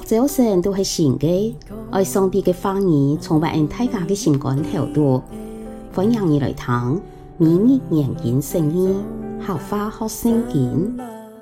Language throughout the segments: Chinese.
早晨都是新的，愛上帝的話語充滿大家的心肝頭度。歡迎你來聽每日研經聖經，合法學聖經。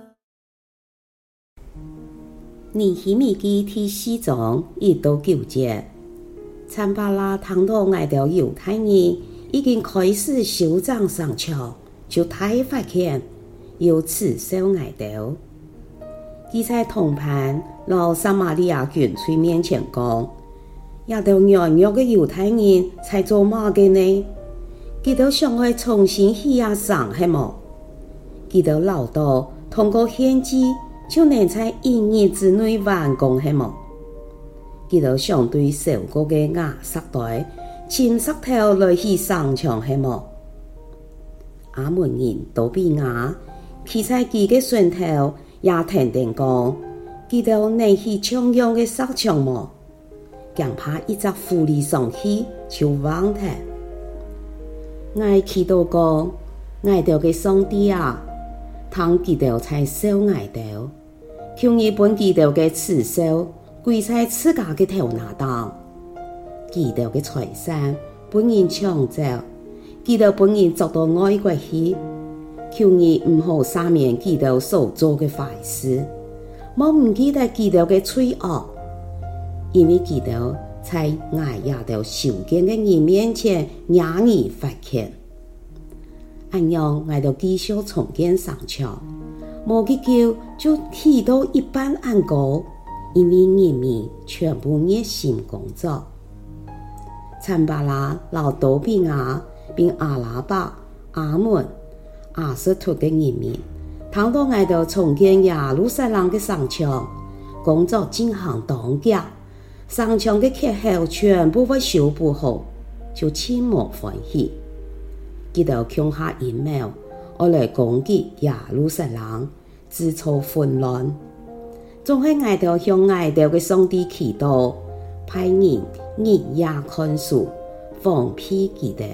尼希米記第4章1到9節，參巴拉聽到我哋猶太人已經開始修整城牆，就大發現要刺殺我哋。佢在同伴到撒瑪利亞軍隊面前講：也都軟弱的猶太人才做乜嘅呢？佢都想去重新起下城係冇？佢都諗到通過獻祭就能在1日之內完工係冇？佢都想對受過嘅亞實代親石頭來起城牆係冇？亞捫人多比亞企在佢嘅船頭也停定講，佢都能起長樣嘅石牆冇？更怕一隻狐狸上去就忘掉。我祈禱講，我哋嘅上帝啊，當佢哋才收我哋，求你本佢哋嘅刺手歸在自家嘅頭拿當，佢哋嘅財產本人搶走，佢哋本人做到外國去。求你唔好赦免佢哋所做嘅壞事，莫唔記得佢哋嘅罪惡，因為佢哋在我也到受見嘅人面前讓你發現。按樣我哋繼續重建城牆，冇幾久就起到一半安高，因為人民全部熱心工作。參巴拉、老多比亞並阿拉伯、亞捫、亞實突的人民，聽到我哋重建耶路撒冷的城牆，工作進行當家，城牆的缺口全部會修補好，就千無歡喜。佢哋強下陰謀，我來攻擊耶路撒冷，製造混亂。總係我哋向我哋嘅上帝祈禱，派人日夜看守，防庇佢哋。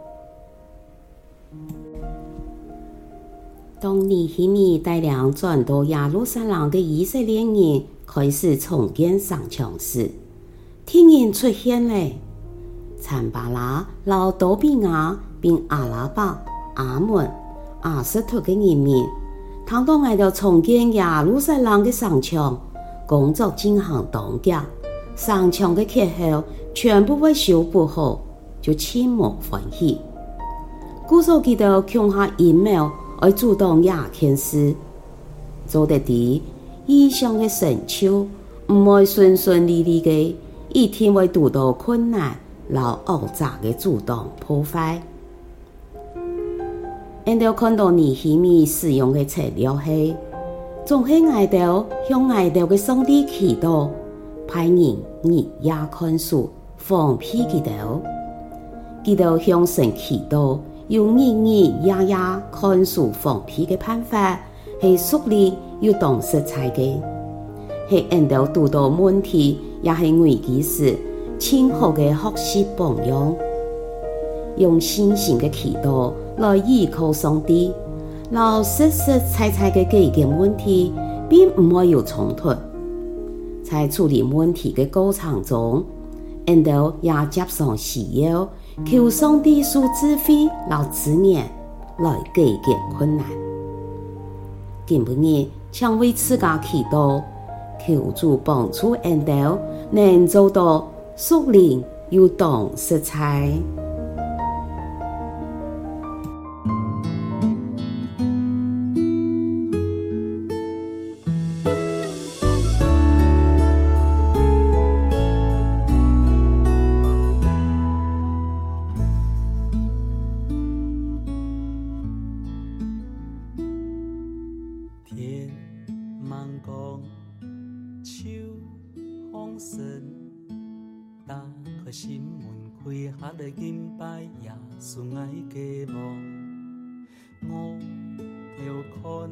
當尼希米帶領轉到耶路撒冷的以色列人開始重建城牆時，天然出現了。參巴拉、老多比亞並阿拉伯、亞捫、亞實突的人民，聽到我哋重建耶路撒冷的城牆，工作進行當家，城牆的缺口全部會修補好，就千無歡喜。故所佢哋強下陰謀，愛主動也件事，做得啲異常嘅成就，唔會順順利利嘅，一定會遇到困難，老惡雜嘅主動破壞。我哋看到尼希米使用嘅材料係，總係我哋向我哋嘅上帝祈禱，派人日夜看守，防庇佢哋。佢哋向神祈禱，用日夜夜看守防庇嘅辦法，係屬靈又懂實在嘅，係我哋遇到問題也係危機時，親好嘅學習榜樣。用信心嘅祈禱來依靠上帝，老實實在在嘅解決問題，並唔會有衝突。在處理問題嘅過程中，我哋也接上需要，求上帝賜智慧和資源來解決困難。今日請為自家祈禱，求主幫助我哋能做到屬靈又懂實在。 打開心門，開下來敬拜耶穌愛嘅夢。我要看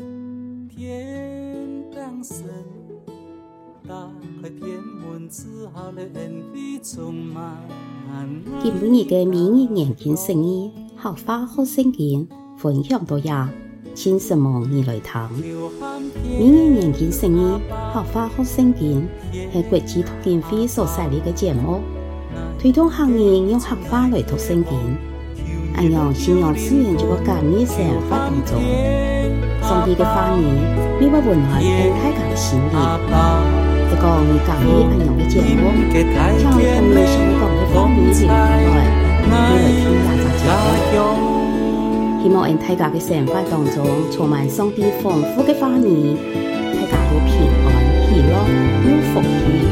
天當神，打開天門之後來恩惠充滿。 今日嘅每日研經聖經，合法學聖經分享到呀。 请什么你来听。每年年轻生意合法学圣经是国际读经会所设立的节目，推动行业用合法来读圣经。按样信仰资源这个概念生活当中，上帝的话语每把温暖在大家的心里。这个你讲的按样的节目，将同你想讲的话语留下来，你来听大家节目。希望在大家的生活当中充满上帝丰富的话语，大家都平安、喜乐、有福气。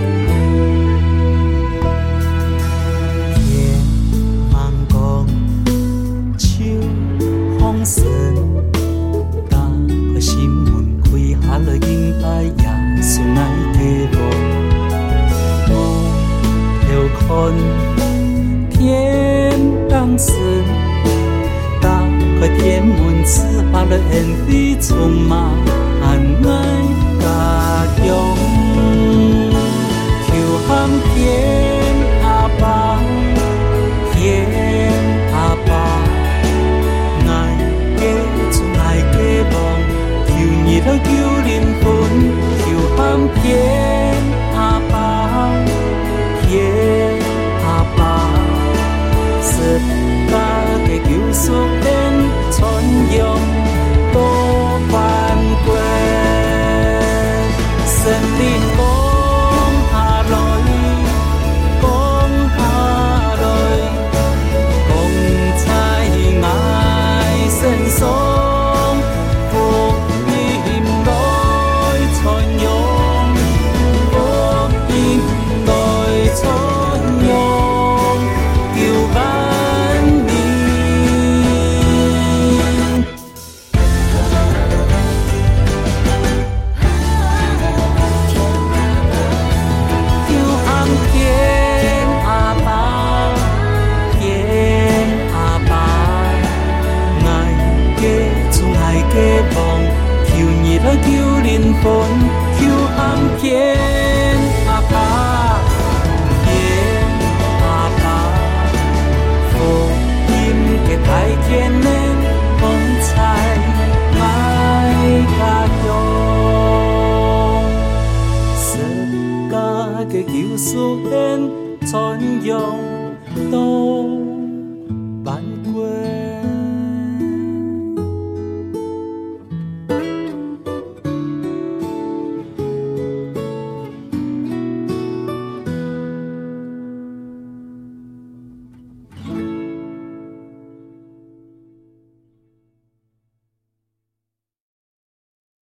天茫光，秋风神，打开心门开下来敬拜耶稣爱的路，我要看天当神。在天门赐下了恩惠，充满爱家乡。求喊天阿爸，天阿爸，爱家主爱家望，求你来救灵魂。求喊天阿爸，天阿爸，十架的救赎。传扬多万国，神灵降下来，降下来，降在爱身上，福音来传扬，福音来传扬，叫万民。求你来救灵魂，求喊天。